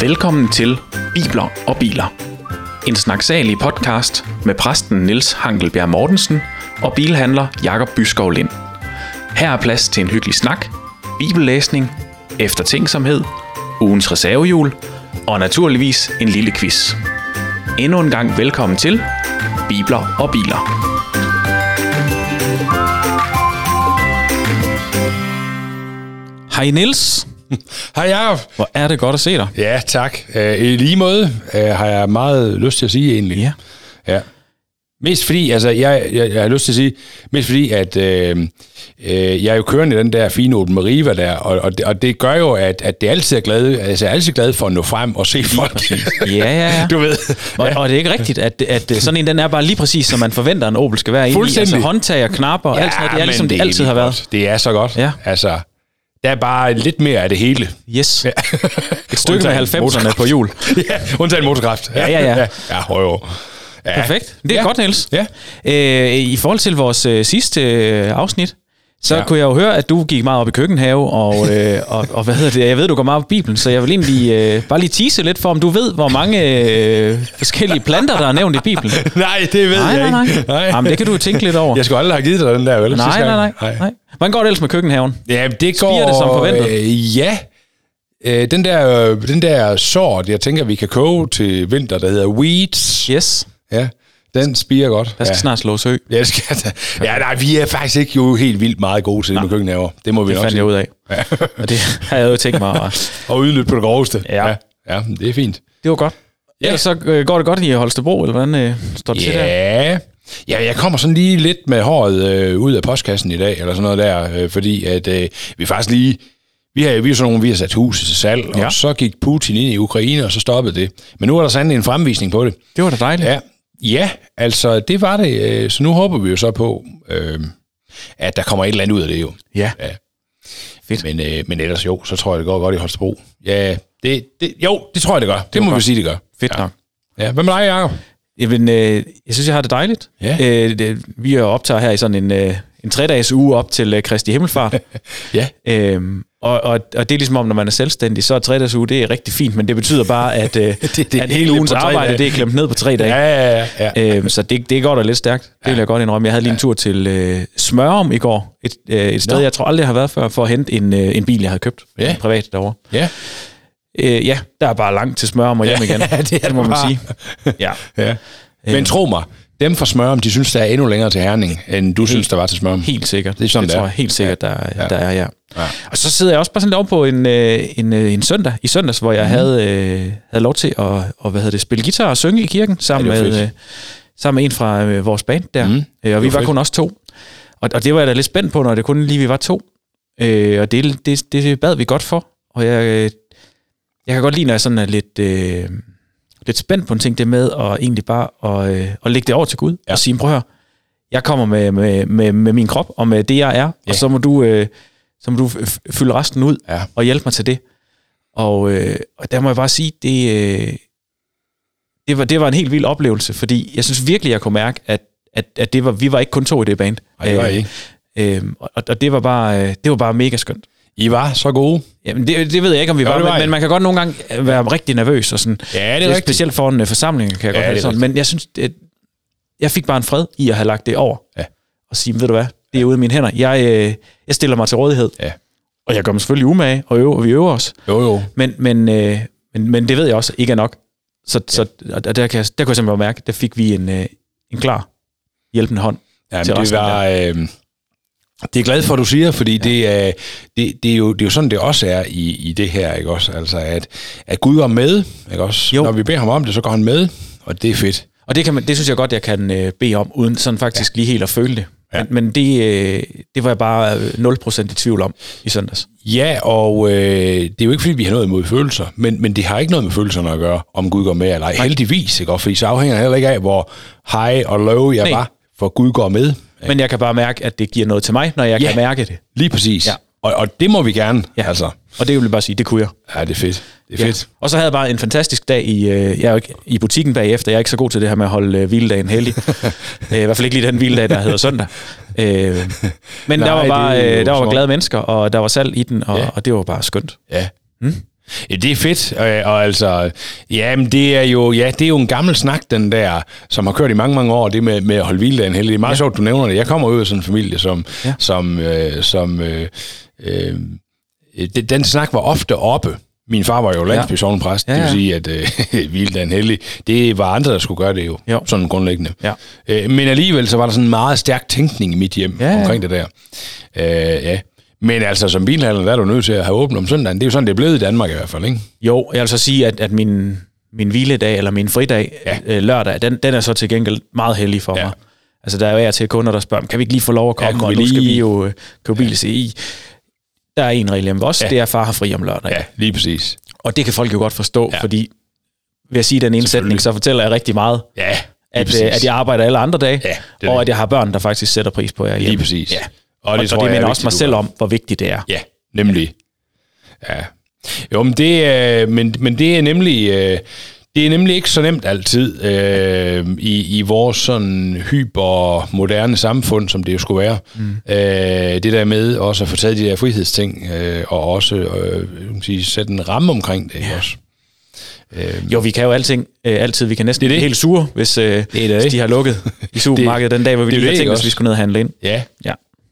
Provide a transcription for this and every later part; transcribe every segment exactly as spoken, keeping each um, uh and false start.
Velkommen til Bibler og Biler. En snaksalig podcast med præsten Niels Hankelbjerg Mortensen og bilhandler Jakob Byskov Lind. Her er plads til en hyggelig snak, bibellæsning, eftertænksomhed, ugens reservehjul og naturligvis en lille quiz. Endnu en gang velkommen til Bibler og Biler. Hej Niels. Hej Jakob. Hvor er det godt at se dig. Ja, tak. Uh, I lige måde uh, har jeg meget lyst til at sige egentlig. Ja. Ja. Mest fordi, altså jeg, jeg, jeg har lyst til at sige, mest fordi, at øh, øh, jeg er jo kørende i den der fine Opel Meriva der, og, og, det, og det gør jo, at, at det altid er glad, altså jeg er altid glad for at nå frem og se folk. Ja, ja, ja. Du ved. Og, og det er ikke rigtigt, at, at sådan en, den er bare lige præcis, som man forventer, en Opel skal være inde i. Altså håndtag og knapper og ja, alt sådan noget, det er ligesom det, det altid har været. Godt. Det er så godt. Ja. Altså, der er bare lidt mere af det hele. Yes. Ja. Et stykke med halvfemserne på hjul. Ja, undtagen motorkraft. Ja, ja, ja. Ja, ja jo. Ja. Perfekt. Det er ja. godt, Niels. Ja. Øh, I forhold til vores øh, sidste øh, afsnit, så ja. kunne jeg jo høre, at du gik meget op i køkkenhave, og, øh, og, og hvad hedder det? Jeg ved, du går meget op i Bibelen, så jeg vil egentlig øh, bare lige tease lidt for, om du ved, hvor mange øh, forskellige planter, der er nævnt i Bibelen. Nej, det ved nej, jeg nej, ikke. Nej, nej. Jamen, det kan du tænke lidt over. Jeg skulle aldrig have givet dig den der, vel? Nej, nej, nej, nej, nej. Hvordan går det ellers med køkkenhaven? Ja, det går... Spirer det som forventet? Øh, ja. Øh, den der, øh, den der sort, jeg tænker, vi kan koge til vinter, der hedder weeds. Yes. Ja. Den spirer godt. Der skal ja. snart slås hø. Ja, det skal der. Ja, nej, vi er faktisk ikke jo helt vildt meget gode til det med køkkenhaver. Det må vi det nok fandt sige. jeg ud af. Ja. Og det har jeg jo tænkt mig. At... og udnytte på det groveste. Ja. ja. Ja, det er fint. Det var godt. Ja. Ellers så øh, går det godt i Holstebro, eller hvordan øh, står det ja. til der? Ja, jeg kommer sådan lige lidt med håret øh, ud af postkassen i dag, eller sådan noget der, øh, fordi at øh, vi faktisk lige... Vi har vi er sådan nogle, vi har sat huset til salg, ja. Og så gik Putin ind i Ukraine, og så stoppede det. Men nu er der sandelig en fremvisning på det. Det var da dejligt. Ja. Ja, altså det var det. Så nu håber vi jo så på, øh, at der kommer et eller andet ud af det jo. Ja. Ja. Fedt. Men, øh, men ellers jo, så tror jeg, det går godt i Holstebro. Ja, det, det, jo, det tror jeg, det gør. Det, det må godt. Vi sige, det gør. Fedt ja. nok. Ja, hvad med dig, Jacob? Jamen, øh, jeg synes, jeg har det dejligt. Ja. Øh, det, vi er optager her i sådan en, øh, en tre-dages uge op til øh, Kristi Himmelfart. Ja. Øhm, og, og, og det er ligesom om, når man er selvstændig, så er tre-dages uge, det er rigtig fint, men det betyder bare, at, øh, det, det at hele ugens arbejde, det er klemt ned på tre dage. Ja, ja, ja. ja. Øhm, så det, det går da lidt stærkt. Det vil jeg godt indrømme. Jeg havde lige en tur til øh, Smørum i går. Et, øh, et sted, Nå. jeg tror aldrig, jeg har været før, for at hente en, øh, en bil, jeg havde købt. Ja. En privat derovre. Ja. Øh, ja, der er bare langt til Smørum og hjem igen. Ja, det, det må man sige. Ja. Ja. Men tro mig, dem fra Smørum, de synes, der er endnu længere til Herning, end du helt, synes, der var til Smørum. Helt sikkert. Det er sådan, det der. tror jeg helt sikkert, der, ja. der er, ja. ja. Og så sidder jeg også bare sådan lidt over på en, en, en søndag, i søndags, hvor jeg mm. havde, øh, havde lov til at og, hvad hedder det, spille guitar og synge i kirken, sammen, ja, med, øh, sammen med en fra øh, vores band der. Mm. Øh, og vi var fedt. Kun også to. Og, og det var jeg da lidt spændt på, når det kun lige vi var to. Øh, og det, det, det bad vi godt for. Og jeg, øh, jeg kan godt lide, når jeg sådan er lidt... Øh, lidt spændt på en ting, det med at egentlig bare at, øh, at lægge det over til Gud, ja. Og sige, prøv at høre, jeg kommer med, med, med, med min krop, og med det, jeg er, ja. Og så må du, øh, så må du fylde resten ud, ja. Og hjælpe mig til det. Og, øh, og der må jeg bare sige, det, øh, det, var, det var en helt vild oplevelse, fordi jeg synes virkelig, jeg kunne mærke, at, at, at det var, vi var ikke kun to i det band. Nej, det var ikke. Øh, og, og det var bare, det var bare mega skønt. I var så gode. Jamen, det, det ved jeg ikke, om vi jo, var, var men, men man kan godt nogle gange være rigtig nervøs. Og sådan. Ja, det er, det er rigtigt. Specielt foran en forsamling, kan jeg ja, godt have sådan. Men jeg synes, det, jeg fik bare en fred i at have lagt det over. Ja. Og sige, ved du hvad, det er ude af mine hænder. Jeg, øh, jeg stiller mig til rådighed. Ja. Og jeg gør mig selvfølgelig umage, og, øver, og vi øver os. Jo, jo. Men, men, øh, men, men det ved jeg også ikke er nok. Så, ja. så og der, kan jeg, der kunne jeg simpelthen mærke, der fik vi en, øh, en klar hjælpende hånd. Ja, til det var... Øh, det er glad for, at du siger, fordi ja. det, er, det, det, er jo, det er jo sådan, det også er i, i det her, ikke også? Altså, at, at Gud går med, ikke også? Jo. Når vi beder ham om det, så går han med, og det er fedt. Og det, kan man, det synes jeg godt, jeg kan øh, bede om, uden sådan faktisk ja. Lige helt at føle det. Ja. Men, men det, øh, det var jeg bare nul procent i tvivl om i søndags. Ja, og øh, det er jo ikke, fordi vi har noget imod følelser, men, men det har ikke noget med følelserne at gøre, om Gud går med eller ej. Heldigvis, ikke? Fordi så afhænger heller ikke af, hvor high og low jeg Nej. Var, for Gud går med. Men jeg kan bare mærke, at det giver noget til mig, når jeg ja, kan mærke det. Lige præcis. Ja. Og, og det må vi gerne. Ja. Altså. Og det vil jeg bare sige, det kunne jeg. Ja, det er fedt. Det er ja. fedt. Og så havde jeg bare en fantastisk dag i, øh, jeg er jo ikke, i butikken bagefter. Jeg er ikke så god til det her med at holde øh, hviledagen heldig. øh, I hvert fald ikke lige den hviledag, der hedder søndag. Øh, men Nej, der var bare øh, der var glade mennesker, og der var salg i den, og, ja. og det var bare skønt. Ja. Hmm? Ja, det er fedt, og, og altså, ja, men det er jo, ja, det er jo en gammel snak, den der, som har kørt i mange, mange år, det med, med at holde hviledagen heldig. Det er meget ja. sjovt, du nævner det. Jeg kommer ud af sådan en familie, som, ja. som, øh, som øh, øh, det, den snak var ofte oppe. Min far var jo landsbysognepræst, ja. ja, ja. Det vil sige, at øh, hviledagen heldig, det var andre, der skulle gøre det jo, jo. Sådan grundlæggende. Ja. Øh, men alligevel, så var der sådan en meget stærk tænkning i mit hjem ja, ja. omkring det der. Øh, ja. Men altså, som bilhandler, der er du nødt til at have åbent om søndagen. Det er jo sådan, det er blevet i Danmark i hvert fald, ikke? Jo, jeg vil så sige, at, at min, min hviledag, eller min fridag, ja. øh, lørdag, den, den er så til gengæld meget heldig for ja. mig. Altså, der er jo af til kunder, der spørger, kan vi ikke lige få lov at komme, ja, og nu lige... skal vi jo købe bil ja. i. Der er en regel hjemme også, ja. det er, at far har fri om lørdag. Ja, lige præcis. Og det kan folk jo godt forstå, ja. fordi ved at sige den ene sætning, så fortæller jeg rigtig meget, ja, at, at jeg arbejder alle andre dage, ja, det og det. at jeg har børn, der faktisk sætter pris på jer hjemme. Lige præcis. Ja. Og det, og, og det mener også mig selv om, hvor vigtigt det er. Ja, nemlig. Ja. Jo, men det, øh, men, men det er nemlig... Øh, Det er nemlig ikke så nemt altid øh, i, i vores sådan hypermoderne samfund, som det jo skulle være. Mm. Øh, det der med også at få taget de der frihedsting, øh, og også øh, sige, sætte en ramme omkring det ja. også. Øh, jo, vi kan jo alting, øh, altid. Vi kan næsten blive helt sure, hvis, øh, det det. hvis de har lukket i supermarkedet det, den dag, hvor vi lige har tænkt, hvis vi skulle ned og handle ind. Ja, ja.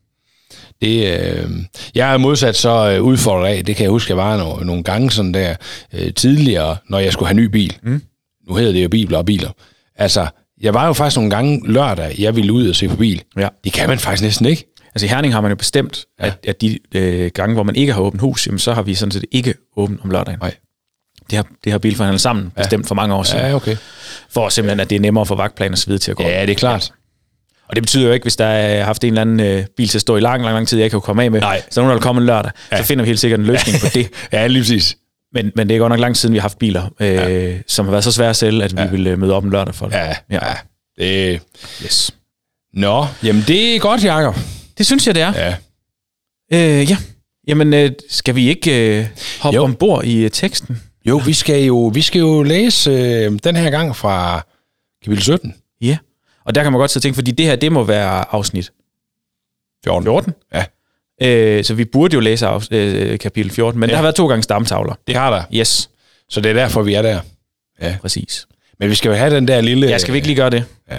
Det, øh, jeg er modsat så udfordret af, det kan jeg huske, jeg var nogle, nogle gange sådan der øh, tidligere, når jeg skulle have ny bil. Mm. Nu hedder det jo biler og biler. Altså, jeg var jo faktisk nogle gange lørdag, jeg ville ud og se på bil. Ja. Det kan man faktisk næsten ikke. Altså i Herning har man jo bestemt, ja. at, at de øh, gange, hvor man ikke har åbent hus, jamen, så har vi sådan set ikke åbent om lørdagen. Nej. Det har, det har bilforhandlet sammen ja. bestemt for mange år siden. Ja, okay. For simpelthen, at det er nemmere for vagtplaner og så videre til at gå. Ja, det er klart. Ja. Og det betyder jo ikke, hvis der har haft en eller anden øh, bil til at stå i lang, lang, lang tid, jeg kan jo komme af med. Nej. Så når der kommer en lørdag, ja. så finder vi helt sikkert en løsning på det. Ja, lige præcis. Men, men det er godt nok lang siden, vi har haft biler, øh, ja. som har været så svære at sælge, at vi ja. vil møde op en lørdag for det. Ja, ja. ja. Det... Yes. Nå, jamen det er godt, Jacob. Det synes jeg, det er. Ja. Øh, ja. Jamen, øh, skal vi ikke øh, hoppe jo. ombord i øh, teksten? Jo, vi skal jo, vi skal jo læse øh, den her gang fra kapitel sytten. Ja. Og der kan man godt så tænke, fordi det her, det må være afsnit fjorten. fjorten? Ja. Øh, så vi burde jo læse af, øh, kapitel fjorten, men ja. der har været to gange stamtavler. Det har der. Yes. Så det er derfor, vi er der. Ja. Præcis. Men vi skal jo have den der lille... Ja, skal vi ikke lige gøre det? Ja.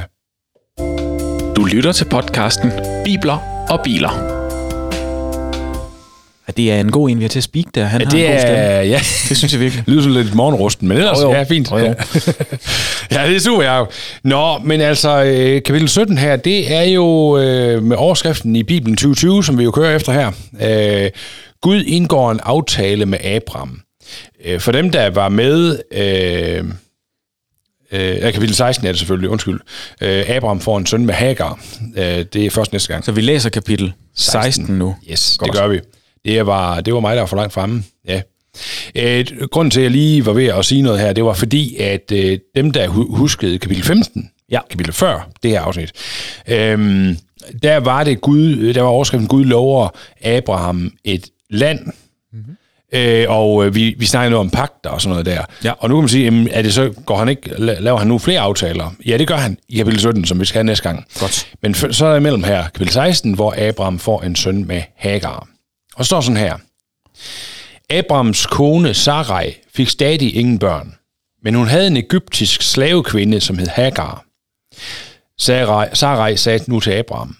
Du lytter til podcasten Bibler og Biler. Ja, det er en god en, vi har til at speak der. Han ja, har det en god stemme. Er, ja. Det synes jeg virkelig. Det lyder sådan lidt morgenrusten, men ellers jo, jo. ja, fint. Jo, jo. Ja, det er super, ja. Nå, men altså, kapitel sytten her, det er jo øh, med overskriften i Bibelen tyve tyve, som vi jo kører efter her. Øh, Gud indgår en aftale med Abraham. Øh, for dem, der var med... Øh, øh, kapitel seksten er det selvfølgelig, undskyld. Øh, Abraham får en søn med Hagar. Øh, det er først næste gang. Så vi læser kapitel seksten nu. Yes, godt. Det gør vi. Det var, det var mig, der var for langt fremme. Ja. Øh, grunden til, at jeg lige var ved at sige noget her, det var fordi, at øh, dem, der huskede kapitel femten, ja. kapitel før det her afsnit, øh, der var det Gud, der var overskriften, Gud lover Abraham et land, mm-hmm. øh, og vi, vi snakkede noget om pagter og sådan noget der. Ja. Og nu kan man sige, jamen, er det så, går han ikke, laver han nu flere aftaler? Ja, det gør han i kapitel sytten, som vi skal have næste gang. Godt. Men så er der imellem her kapitel seksten, hvor Abraham får en søn med Hagar. Og så står sådan her. Abrahams kone Sarai fik stadig ingen børn, men hun havde en egyptisk slavekvinde, som hed Hagar. Sarai, Sarai sagde nu til Abraham,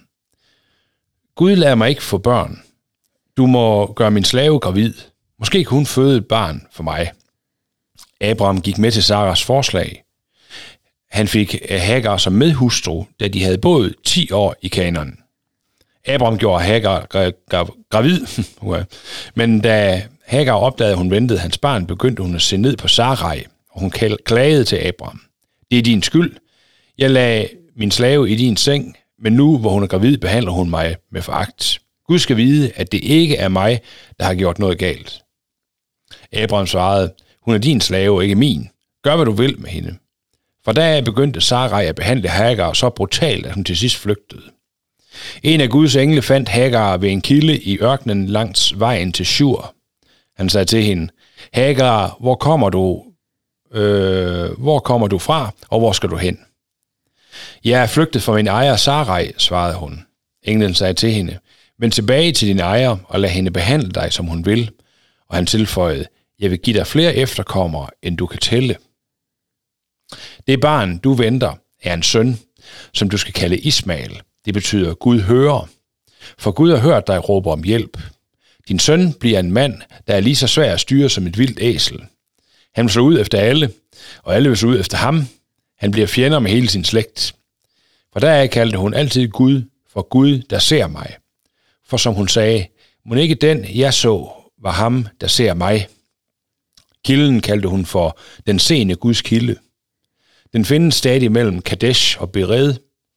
Gud lader mig ikke få børn. Du må gøre min slave gravid. Måske kunne hun føde et barn for mig. Abraham gik med til Saras forslag. Han fik Hagar som medhustru, da de havde boet ti år i Kanaan. Abraham gjorde Hagar gravid, men da Hagar opdagede, at hun ventede hans barn, begyndte hun at se ned på Sarai, og hun klagede til Abraham. Det er din skyld. Jeg lagde min slave i din seng, men nu, hvor hun er gravid, behandler hun mig med foragt. Gud skal vide, at det ikke er mig, der har gjort noget galt. Abraham svarede, hun er din slave, ikke min. Gør, hvad du vil med hende. For da begyndte Sarai at behandle Hagar så brutalt, at hun til sidst flygtede. En af Guds engle fandt Hagar ved en kilde i ørkenen langs vejen til Shur. Han sagde til hende, Hagar, hvor kommer du, øh, hvor kommer du fra, og hvor skal du hen? Jeg er flygtet fra min ejer Sarai, svarede hun. Englen sagde til hende, vend tilbage til din ejer og lad hende behandle dig, som hun vil. Og han tilføjede, jeg vil give dig flere efterkommere, end du kan tælle. Det barn, du venter, er en søn, som du skal kalde Ismael. Det betyder, Gud hører. For Gud har hørt dig råbe om hjælp. Din søn bliver en mand, der er lige så svær at styre som et vildt æsel. Han vil slå ud efter alle, og alle vil slå ud efter ham. Han bliver fjender med hele sin slægt. For deraf kaldte hun altid Gud for Gud, der ser mig. For som hun sagde, må ikke den, jeg så, var ham, der ser mig. Kilden kaldte hun for den seende Guds kilde. Den findes stadig mellem Kadesh og Bered.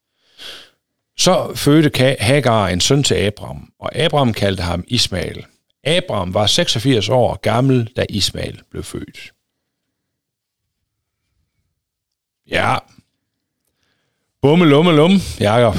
Så fødte Hagar en søn til Abraham, og Abraham kaldte ham Ismael. Abraham var seksogfirs år gammel, da Ismael blev født. Ja. Bumme, lumme, lum, Jakob.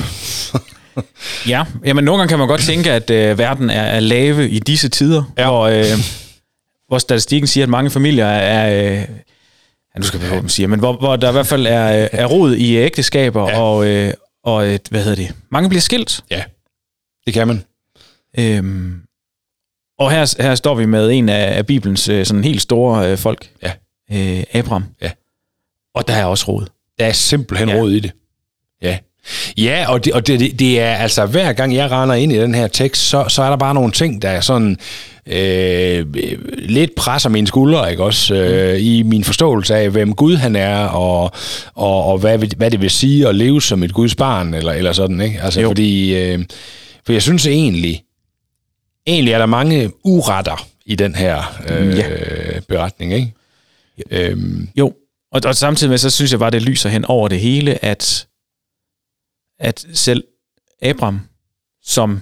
Ja, jamen nogle gange kan man godt tænke, at øh, verden er, er lave i disse tider, ja. hvor, øh, hvor statistikken siger, at mange familier er... Øh, nu skal jeg sige, men hvor, hvor der i hvert fald er, er rod i ægteskaber, ja. og, øh, og et, hvad hedder det, mange bliver skilt. Ja, det kan man. Øhm, og her, her står vi med en af, af Bibelens sådan helt store øh, folk, ja. øh, Abraham. Ja. Og der er også rod. Der er simpelthen ja. rod i det. Ja. Ja, og, det, og det, det er altså, hver gang jeg render ind i den her tekst, så, så er der bare nogle ting, der er sådan øh, lidt presser mine skuldre, ikke også? Øh, mm. I min forståelse af, hvem Gud han er, og, og, og hvad, hvad det vil sige at leve som et Guds barn, eller, eller sådan, ikke? Altså, jo. fordi, øh, for jeg synes egentlig, egentlig er der mange uretter i den her øh, ja. beretning, ikke? Jo, øhm. jo. Og, og samtidig med, så synes jeg bare, det lyser hen over det hele, at at selv Abraham, som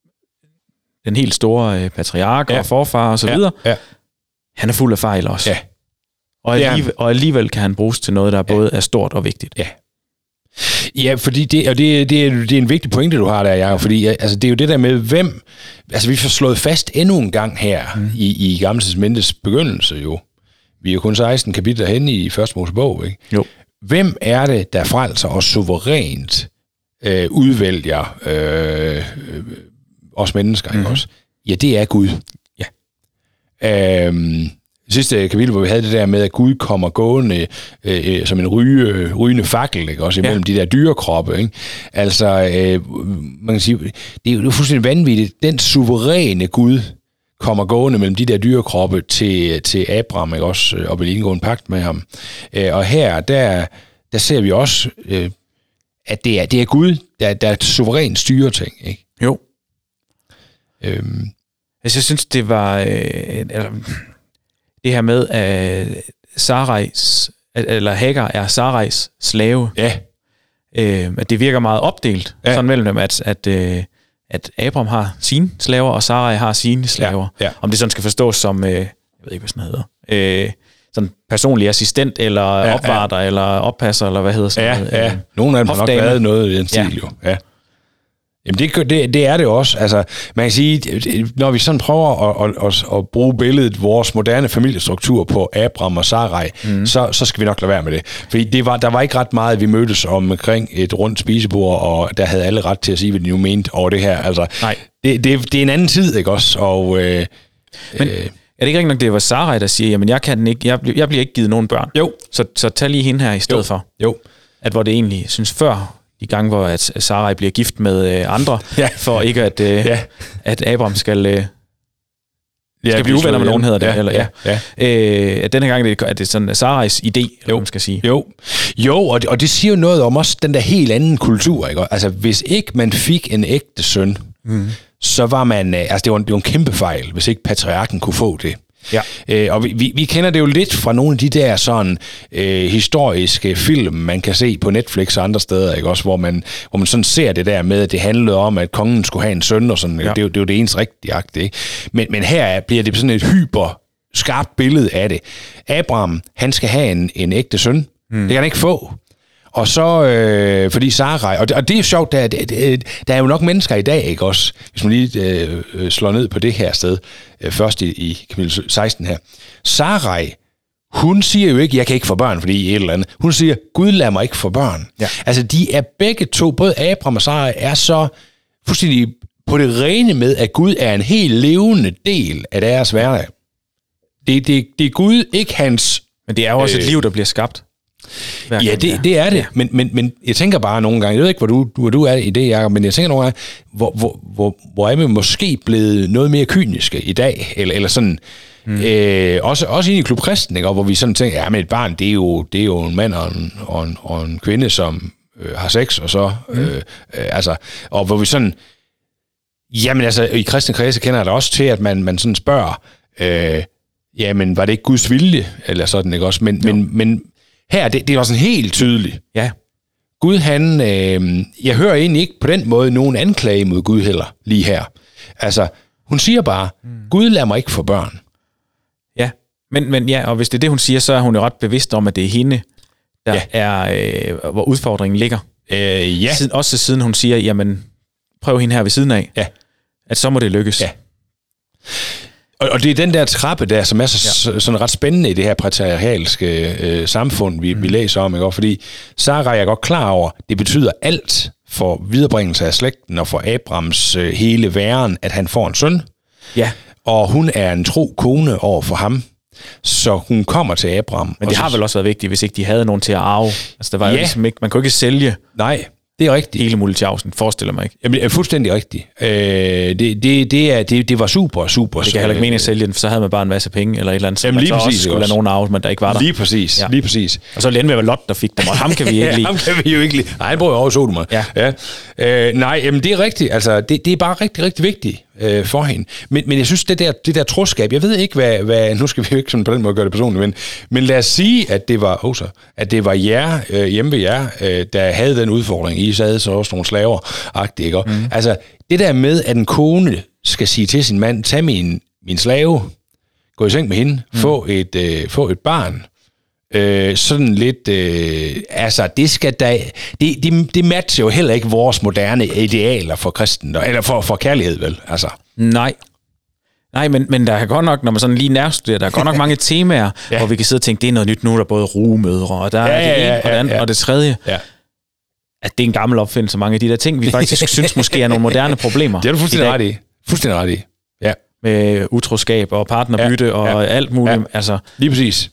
den helt store øh, patriark ja. og forfar og så videre, ja. Ja. han er fuld af fejl også. Ja. Og, alligevel, og alligevel kan han bruges til noget, der ja. både er stort og vigtigt. Ja, ja fordi det, og det, det, er, det er en vigtig pointe, du har der, Jacob, fordi altså, det er jo det der med, hvem... Altså, vi får slået fast endnu en gang her mm. i, i Gamle Testamentes begyndelse jo. Vi er jo kun seksten kapitler henne i Første Mosebog, ikke? Jo. Hvem er det, der frelser os suverænt øh, udvælger øh, os mennesker, ikke mm-hmm. også? Ja, det er Gud. Ja. Øhm, sidste kapitel, hvor vi havde det der med, at Gud kommer gående øh, som en ryge, rygende fakkel, ikke også, imellem ja. de der dyrekroppe, ikke? Altså, øh, man kan sige, det er jo fuldstændig vanvittigt. Den suveræne Gud kommer gående mellem de der dyrekroppe til, til Abraham, ikke også, og vil indgå en pagt med ham. Øh, og her, der, der ser vi også, øh, at det er, det er Gud, der, der er et suverænt styrer ting, ikke? Jo. Øhm. Altså, jeg synes, det var... Øh, eller, det her med, at Sarais, eller Hagar er Sarais slave. Ja. Øh, at det virker meget opdelt, ja. sådan mellem dem, at... at øh, at Abraham har sine slaver, og Sarai har sine slaver. Ja, ja. Om det sådan skal forstås som, øh, jeg ved ikke, hvad sådan hedder, øh, sådan personlig assistent, eller ja, opvarter, ja. eller oppasser, eller hvad hedder sådan ja, noget. Ja, nogle af dem har nok været noget i den stil, ja. jo. Ja. Jamen det, det, det er det også. Altså, man kan sige, når vi sådan prøver at, at, at, at bruge billedet, vores moderne familiestruktur på Abraham og Sarai, mm. så, så skal vi nok lade være med det. Fordi det var, der var ikke ret meget, vi mødtes omkring et rundt spisebord, og der havde alle ret til at sige, hvad de nu mente over det her. Altså, Nej. Det, det, det er en anden tid, ikke også? Og, øh, Men, øh, er det ikke rigtig nok, det var Sarai, der siger, jamen jeg, kan ikke, jeg, jeg bliver ikke givet nogen børn. Jo. Så, så tag lige hende her i stedet jo. for. Jo. At hvor det egentlig, synes før, de gange, hvor at Sarai bliver gift med øh, andre, ja. for ikke at, øh, ja. at Abraham skal, øh, skal ja, blive uvenner med nogen, hedder det. Ja, eller, ja. Ja. Øh, denne gang er det sådan Sarais idé, eller man skal sige. Jo, jo og, det, og det siger jo noget om også den der helt anden kultur. Ikke? Altså, hvis ikke man fik en ægte søn, mm. så var man... Altså, det var, en, det var en kæmpe fejl, hvis ikke patriarken kunne få det. Ja. Øh, og vi, vi, vi kender det jo lidt fra nogle af de der sådan øh, historiske film, man kan se på Netflix og andre steder, ikke også, hvor man, hvor man sådan ser det der med, at det handlede om, at kongen skulle have en søn og sådan. Ja. Det, er jo, det er jo det eneste rigtige akt, ikke? Men, men her bliver det sådan et hyper skarpt billede af det. Abraham, han skal have en, en ægte søn. Mm. Det kan han ikke få. Og så, øh, fordi Sarai, og det, og det er sjovt, der, der, der er jo nok mennesker i dag, ikke også, hvis man lige øh, slår ned på det her sted, øh, først i, i kapitel seksten her. Sarai, hun siger jo ikke, jeg kan ikke få børn, fordi et eller andet. Hun siger, Gud lader mig ikke få børn. Ja. Altså, de er begge to, både Abraham og Sarai, er så fuldstændig på det rene med, at Gud er en helt levende del af deres hverdag. Det, det, det er Gud, ikke hans... Men det er jo også øh, et liv, der bliver skabt. Ja, gang, det, det er det. Ja. Men, men, men jeg tænker bare nogle gange, jeg ved ikke, hvor du, hvor du er i det, Jacob, men jeg tænker nogle gange, hvor, hvor, hvor, hvor er vi måske blevet noget mere kyniske i dag, eller, eller sådan, mm. øh, også, også inde i Klub Kristen, ikke? Og hvor vi sådan tænker, ja, men et barn, det er jo, det er jo en mand og en, og en, og en kvinde, som øh, har sex, og så, mm. øh, øh, altså, og hvor vi sådan, jamen altså, i kristne kredse kender jeg da også til, at man, man sådan spørger, øh, jamen, var det ikke Guds vilje, eller sådan, ikke også, men, men, men her, det, det var sådan helt tydeligt. Ja. Gud, han... Øh, jeg hører egentlig ikke på den måde nogen anklage mod Gud heller, lige her. Altså, hun siger bare, mm. Gud lader mig ikke få børn. Ja, men, men ja, og hvis det er det, hun siger, så er hun jo ret bevidst om, at det er hende, der ja. er, øh, hvor udfordringen ligger. Øh, ja. Siden, også siden hun siger, jamen, prøv hende her ved siden af. Ja. At så må det lykkes. Ja. Og, og det er den der trappe der, som er så, ja. sådan ret spændende i det her patriarkalske øh, samfund, vi, mm. vi læser om, ikke? Fordi Sara er godt klar over, det betyder alt for viderebringelse af slægten og for Abrams øh, hele væren, at han får en søn. Ja. Og hun er en tro kone over for ham, så hun kommer til Abram. Men det har vel også været vigtigt, hvis ikke de havde nogen til at arve. Altså, der var ja. jo ligesom ikke, man kunne ikke sælge. Nej. Det er rigtigt. Hele Multiausen, forestiller mig ikke. Jamen, det er fuldstændig rigtigt. Øh, det, det, det, er, det, det var super, super. Det kan heller ikke mene at sælge den, for så havde man bare en masse penge, eller et eller andet. Jamen lige præcis. Skulle lade nogen arve, men der ikke var der. Lige præcis, ja. lige præcis. Og så lige med Lot, der fik dem, og ham kan vi ikke lide. ja, ham kan vi jo ikke lide. Nej, han bor jo over Sodoma. Ja. ja. Øh, nej, jamen det er rigtigt. Altså, det, det er bare rigtig, rigtig vigtigt øh, for hende. Men, men jeg synes, det der, det der troskab, jeg ved ikke, hvad, hvad nu skal vi jo ikke sådan på den måde gøre det personligt, men, men lad os sige, at det var, oh, så, at det var jer, øh, hjemme ved jer, øh, der havde den udfordring. I sad så også nogle slaver-agtigt, ikke? Mm. Altså, det der med, at en kone skal sige til sin mand, tag min, min slave, gå i seng med hende, mm. få, et, øh, få et barn, øh, sådan lidt, øh, altså, det skal da, det, det, det matcher jo heller ikke vores moderne idealer for kristen, eller for, for kærlighed, vel? Altså. Nej. Nej, men, men der er godt nok, når man sådan lige nærstuderer, der er godt nok mange temaer, ja. hvor vi kan sidde og tænke, det er noget nyt nu, der er både rugemødre, og der ja, er det ene, ja, ja, og det andet, ja. og det tredje. Ja. At det er en gammel opfindelse, mange af de der ting, vi faktisk synes måske er nogle moderne problemer. Det er du fuldstændig ret i. Fuldstændig ret i. Ja. Med utroskab og partnerbytte ja, ja, og alt muligt. Ja. Altså, lige præcis.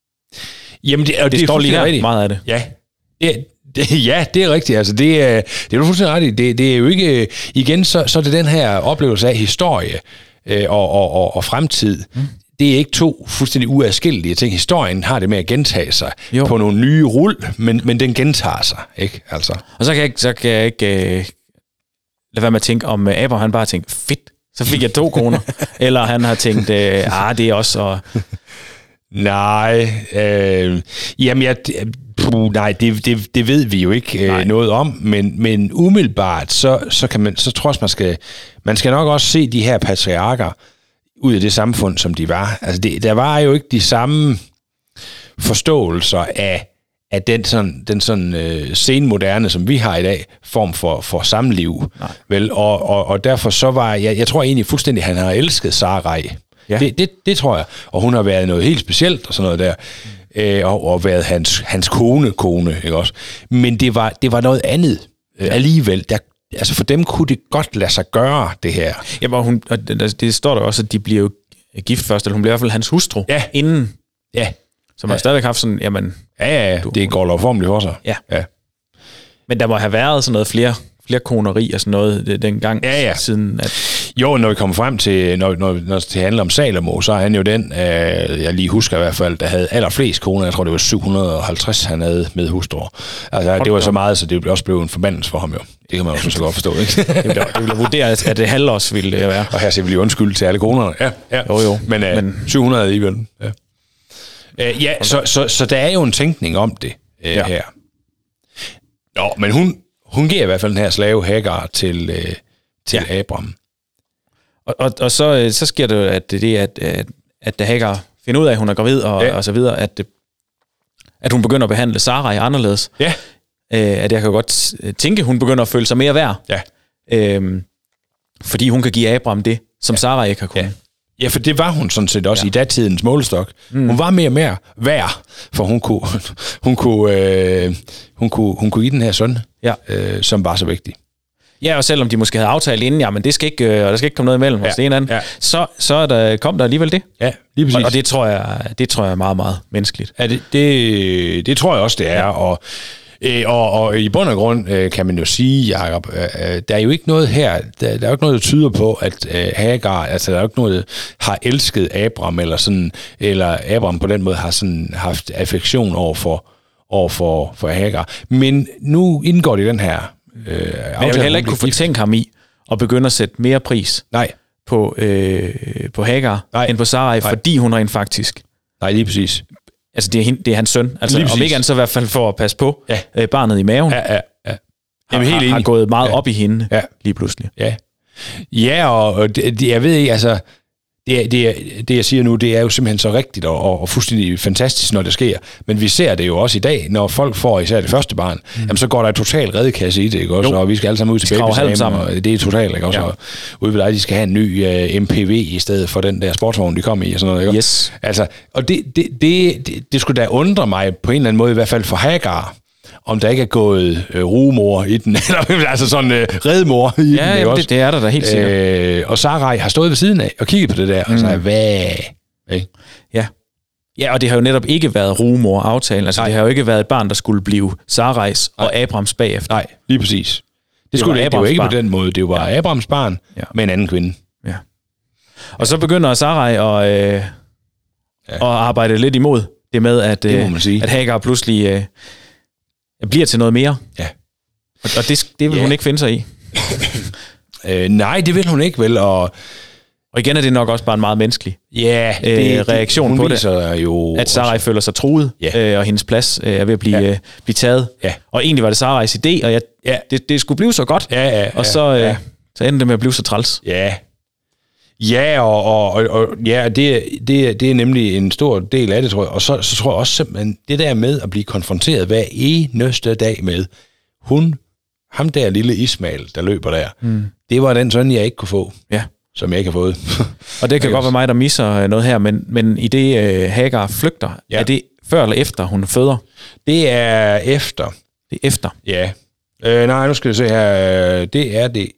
Jamen, det, og det, det står lige rigtigt. Meget af det. Ja. Det, det, ja, det er rigtigt. Altså, det, er, det er du fuldstændig ret i. Det, det er jo ikke... Igen, så, så er det den her oplevelse af historie øh, og, og, og, og fremtid. Mm. Det er ikke to fuldstændig uadskillelige ting. Historien har det med at gentage sig jo. på nogle nye rul, men, men den gentager sig, ikke? Altså. Og så kan jeg, så kan jeg ikke øh, lade være med at tænke, om øh, Abraham han bare tænkt, fedt, så fik jeg to koner. Eller han har tænkt, øh, ah, det er også... Og... Nej, øh, jamen, jeg, puh, nej, det, det, det ved vi jo ikke øh, noget om, men, men umiddelbart, så, så, kan man, så tror jeg, man skal, man skal nok også se de her patriarker ud af det samfund, som de var. Altså, det, der var jo ikke de samme forståelser af, af den sådan, den sådan øh, senmoderne, som vi har i dag, form for, for samliv. Vel? Og, og, og derfor så var, jeg, jeg tror egentlig fuldstændig, han har elsket Sarai. Ja. Det, det, det tror jeg. Og hun har været noget helt specielt og sådan noget der. Mm. Øh, og, og været hans, hans kone, kone, ikke også? Men det var, det var noget andet øh, alligevel. Der, altså for dem kunne det godt lade sig gøre, det her. Ja, og hun, og det, det står der også, at de bliver jo gift først, eller hun bliver i hvert fald hans hustru, ja. inden. Ja. Så man har stadigvæk haft sådan, jamen... Ja, ja, ja. Du, det går lovformeligt for sig. Ja. ja. Men der må have været sådan noget flere... flere koneri og sådan noget dengang, ja, ja. siden at... Jo, når vi kommer frem til, når, når, når det handler om Salomo, så er han jo den, øh, jeg lige husker i hvert fald, der havde allerflest koner. Jeg tror, det var syv hundrede og halvtreds, han havde med hustruer. Altså, Hold det var så meget, så det også blev en forbandelse for ham jo. Det kan man jo så godt forstå, ikke? det ville vurdere, at det halvårs ville det være. Og her siger vi lige undskyld til alle konerne. Ja, ja. Jo, jo. Men, øh, Men... syv hundrede alligevel. Ja, øh, ja så, så, så der er jo en tænkning om det øh, ja. her. Nå, men hun... Hun giver i hvert fald den her slave Hagar til, øh, til ja. Abraham. Og, og, og så, så sker det, at det at, at, at da Hagar finder ud af, at hun er gravid og, ja. og så videre, at, at hun begynder at behandle Sarai anderledes. Ja. Øh, at jeg kan godt tænke, at hun begynder at føle sig mere værd. Ja. Øh, fordi hun kan give Abraham det, som ja. Sarai ikke har kunnet. Ja. Ja, for det var hun sådan set også ja. i datidens målestok. Mm. Hun var mere og mere værd, for hun kunne, hun kunne, øh, hun kunne, hun kunne give den her søn, ja. øh, som var så vigtig. Ja, og selvom de måske havde aftalt inden, ja, men det skal ikke, og der skal ikke komme noget imellem ja. hos det ene anden, ja. så, så er der, kom der alligevel det. Ja, lige præcis. Og, og det tror jeg, det tror jeg er meget, meget menneskeligt. Ja, det, det, det tror jeg også, det er, ja. og Øh, og, og i bund og grund øh, kan man jo sige, Jacob, øh, der er jo ikke noget her, der, der er jo ikke noget, der tyder på, at øh, Hagar, altså der er jo ikke noget, der har elsket Abraham, eller sådan, eller Abraham på den måde har sådan haft affektion over for, over for, for Hagar. Men nu indgår det i den her øh, aftale. Men jeg vil heller ikke kunne fortænke ham i at begynde at sætte mere pris Nej. på, øh, på Hagar, Nej. end på Sarai, Nej. fordi hun rent faktisk... Nej, lige præcis. Altså, det er, hende, det er hans søn. Altså, om ikke han så i hvert fald for at passe på ja. øh, barnet i maven. Ja, ja, ja. Har, helt har, har gået meget ja. op i hende ja. lige pludselig. Ja, ja og, og det, jeg ved ikke, altså... Det, det, det, jeg siger nu, det er jo simpelthen så rigtigt og, og fuldstændig fantastisk, når det sker. Men vi ser det jo også i dag, når folk får især det første barn, mm. jamen, så går der et totalt redekasse i det, ikke også? Og vi skal alle sammen ud til babysammen, og det er totalt, ikke også? Ja. Og ude ved dig, de skal have en ny uh, M P V i stedet for den der sportsvogn, de kom i, og sådan noget, ikke? Yes. Altså, og det, det, det, det, det skulle da undre mig på en eller anden måde, i hvert fald for Hagar, om der ikke er gået øh, rugemor i den, eller altså sådan øh, redmor i ja, den, ikke også? Det, det er der da helt sikkert. Øh, og Sarai har stået ved siden af og kigget på det der, mm. og sagt, hvad? Ikke? Ja. Ja, og det har jo netop ikke været rugemor-aftalen. Altså, Nej. det har jo ikke været et barn, der skulle blive Sarais og Nej. Abrahams bagefter. Nej, lige præcis. Det, det skulle det, det var ikke barn. På den måde. Det var ja. Abrahams barn ja. med en anden kvinde. Ja. Og så begynder Sarai at, øh, ja. at arbejde lidt imod det med, at, det øh, at Hagar pludselig... Øh, bliver til noget mere. Ja. Og, og det, det vil ja. hun ikke finde sig i. øh, nej, det vil hun ikke, vel. Og, og igen er det nok også bare en meget menneskelig ja, øh, det, reaktion på det. Jo at Sarai også. føler sig truet, ja. øh, og hendes plads øh, er ved at blive, ja. øh, blive taget. Ja. Og egentlig var det Sarais idé, og jeg, ja. det, det skulle blive så godt. Ja, ja, og så, øh, ja. så endte det med at blive så træls. Ja. Ja, og, og, og, og ja, det, det, det er nemlig en stor del af det, tror jeg. Og så, så tror jeg også simpelthen, det der med at blive konfronteret hver eneste dag med, hun, ham der lille Ismail, der løber der, mm. det var den søn, jeg ikke kunne få, ja. som jeg ikke har fået. Og det kan godt være mig, der misser noget her, men, men i det uh, Hagar flygter, ja. er det før eller efter, hun føder? Det er efter. Det er efter? Ja. Øh, nej, nu skal jeg se her. Det er det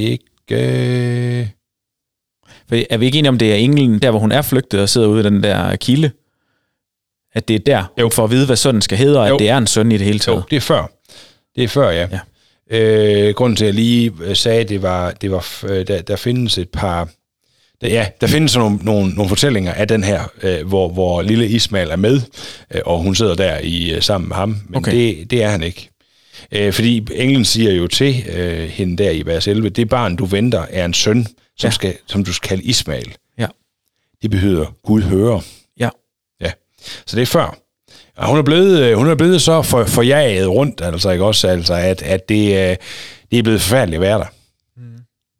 ikke... For er vi ikke enige om, det er englen, der hvor hun er flygtet og sidder ude i den der kilde? At det er der, jo. for at vide, hvad sønnen skal hedde, og jo. at det er en søn i det hele taget? Jo, det er før. Det er før, ja. ja. Øh, grunden til, at jeg lige sagde, det var, det var der, der findes et par... Der, ja, der findes nogle, nogle, nogle fortællinger af den her, øh, hvor, hvor lille Ismail er med, øh, og hun sidder der i sammen med ham, men okay. det, det er han ikke. Øh, fordi englen siger jo til øh, hende der i vers elleve, det barn, du venter, er en søn, som, ja. skal, som du skal kalde Ismail. Ja. Det betyder Gud hører. Ja. Ja. Så det er før. Og hun er blevet, hun er blevet så for, forjaget rundt, altså ikke også, altså, at, at det, det er blevet forfærdeligt at være der. Mm.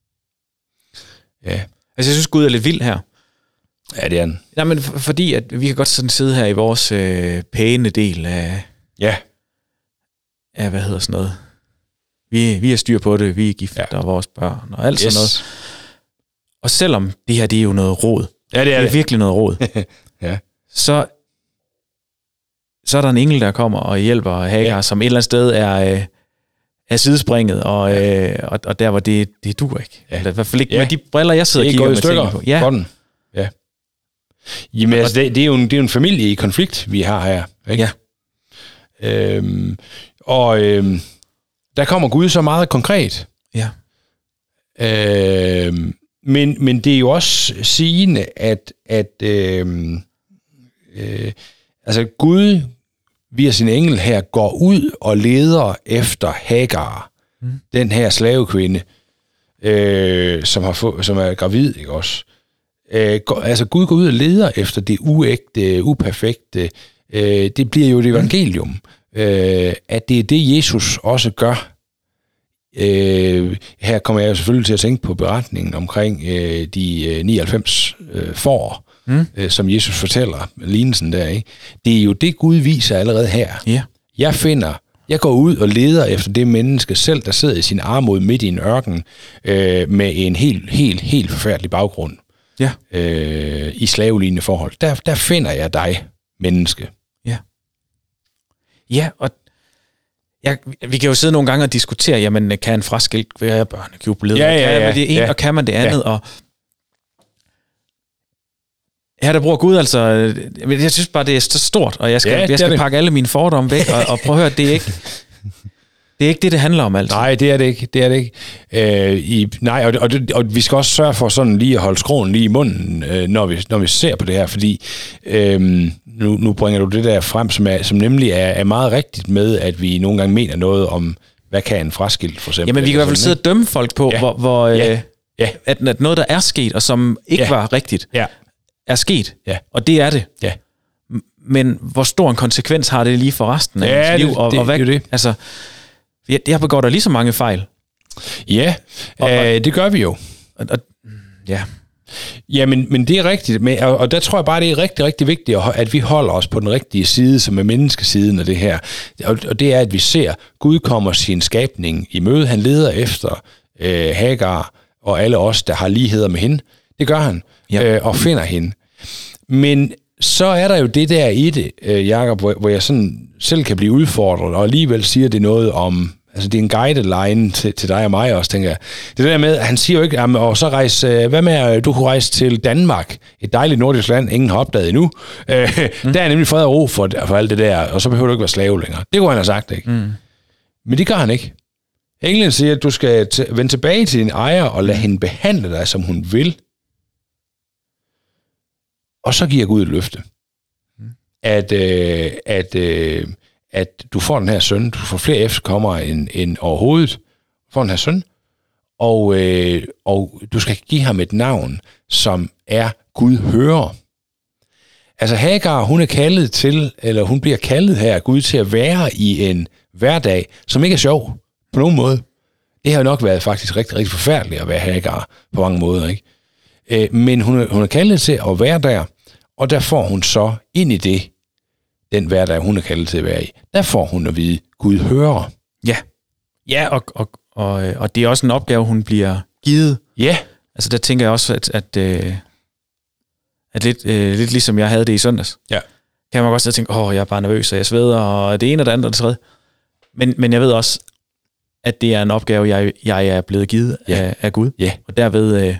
Ja. Altså, jeg synes, Gud er lidt vild her. Ja, det er den. Ja, men for, fordi at vi kan godt sådan sidde her i vores øh, pæne del af... Ja. Af, hvad hedder sådan noget? Vi, vi har styr på det, vi er gift, ja. og vores børn, og alt yes. sådan noget. Og selvom det her, det er jo noget råd. Ja, det er, det er det. virkelig noget råd. ja. Så, så er der en engel, der kommer og hjælper Hagar, ja. som et eller andet sted er, øh, er sidespringet, og, ja. øh, og, og der hvor det, det duer ikke. Ja. Eller i hvert fald ikke ja. med de briller, jeg sidder og kigger med tingene på. Ja. Sådan. Ja. Jamen, altså, det, det, er jo en, det er jo en familie i konflikt, vi har her. Ikke? Ja. Øhm, og øhm, der kommer Gud så meget konkret. Ja. Øhm, men, men det er jo også sigende, at, at øhm, øh, altså Gud via sin engel her går ud og leder efter Hagar, mm. den her slavekvinde, øh, som, har få, som er gravid, ikke også? Øh, går, altså Gud går ud og leder efter det uægte, uperfekte. Øh, det bliver jo et evangelium. Mm. Øh, at det er det, Jesus også gør. Øh, her kommer jeg jo selvfølgelig til at tænke på beretningen omkring øh, de øh, nioghalvfems øh, får, mm. øh, som Jesus fortæller, lignelsen der, ikke? Det er jo det, Gud viser allerede her. Yeah. Jeg finder, jeg går ud og leder efter det menneske selv, der sidder i sin armod midt i en ørken, øh, med en helt, helt, helt forfærdelig baggrund. Yeah. Øh, i slavelignende forhold. Der, der finder jeg dig, menneske. Ja. Ja, og jeg, vi kan jo sidde nogle gange og diskutere, jamen, kan en fraskilt være børnejubilæet? Ja, ja, ja, kan man det ene, ja. og kan man det andet? Ja. Og her der bruger Gud altså, jeg synes bare, det er så stort, og jeg skal, ja, jeg skal pakke alle mine fordomme væk, og, og prøve at høre, det er ikke... Det er ikke det, det handler om, altså. Nej, det er det ikke. Det er det ikke. Øh, i, nej, og, og, og vi skal også sørge for sådan lige at holde skroen lige i munden, øh, når, vi, når vi ser på det her, fordi øh, nu, nu bringer du det der frem, som, er, som nemlig er, er meget rigtigt med, at vi nogle gange mener noget om, hvad kan en fraskilt, for eksempel. Jamen, vi kan i hvert fald sidde og dømme folk på, ja. hvor, hvor ja. Øh, ja. At, at noget, der er sket, og som ikke ja. var rigtigt, ja. er sket. Ja. Og det er det. Ja. Men hvor stor en konsekvens har det lige for resten af ja, ens liv? Det, og, det, og hvad, det, det. Altså, jeg, jeg begår der lige så mange fejl. Ja, og, øh, det gør vi jo. Og, og, ja. Ja, men, men det er rigtigt. Men, og, og der tror jeg bare, det er rigtig, rigtig vigtigt, at vi holder os på den rigtige side, som er menneskesiden af det her. Og, og det er, at vi ser, Gud kommer sin skabning i møde. Han leder efter øh, Hagar og alle os, der har ligheder med hende. Det gør han, ja. øh, og finder hende. Men så er der jo det der i det, øh, Jacob, hvor, hvor jeg sådan selv kan blive udfordret, og alligevel siger det noget om, altså det er en guideline til, til dig og mig også, tænker jeg. Det der med, han siger jo ikke, jamen, og så rejse, hvad med, du kunne rejse til Danmark, et dejligt nordisk land, ingen har opdaget endnu. Øh, mm. Der er nemlig fred og ro for, for alt det der, og så behøver du ikke være slave længere. Det kunne han have sagt, ikke? Mm. Men det gør han ikke. Englen siger, at du skal t- vende tilbage til din ejer, og lade hende behandle dig, som hun vil. Og så giver Gud et løfte. Mm. At, øh, at, øh, at du får den her søn, du får flere efterkommere end, end overhovedet, du får den her søn, og, øh, og du skal give ham et navn, som er Gud hører. Altså Hagar, hun er kaldet til, eller hun bliver kaldet her af Gud til at være i en hverdag, som ikke er sjov på nogen måde. Det har jo nok været faktisk rigtig, rigtig forfærdeligt at være Hagar på mange måder, ikke? Øh, men hun er, hun er kaldet til at være der, og der får hun så ind i det, den hverdag, hun er kaldet til at være i, der får hun at vide, Gud hører. Ja, ja og, og, og, og det er også en opgave, hun bliver givet. Ja. Altså der tænker jeg også, at, at, at lidt, lidt ligesom jeg havde det i søndags, ja. kan man godt sidde og tænke, åh, jeg er bare nervøs, og jeg sveder, og det ene og det andet og det tredje. Men, men jeg ved også, at det er en opgave, jeg, jeg er blevet givet ja. af, af Gud. Ja. Og derved, øh,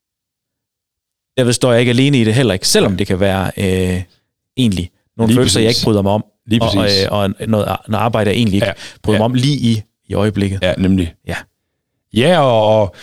derved står jeg ikke alene i det heller ikke, selvom det kan være øh, egentlig nogle lige følelser, præcis. Jeg ikke bryder mig om. Lige og, og, og noget, noget arbejde, jeg egentlig ikke ja. bryder ja. mig om lige i, i øjeblikket. Ja, nemlig. Ja, ja og, og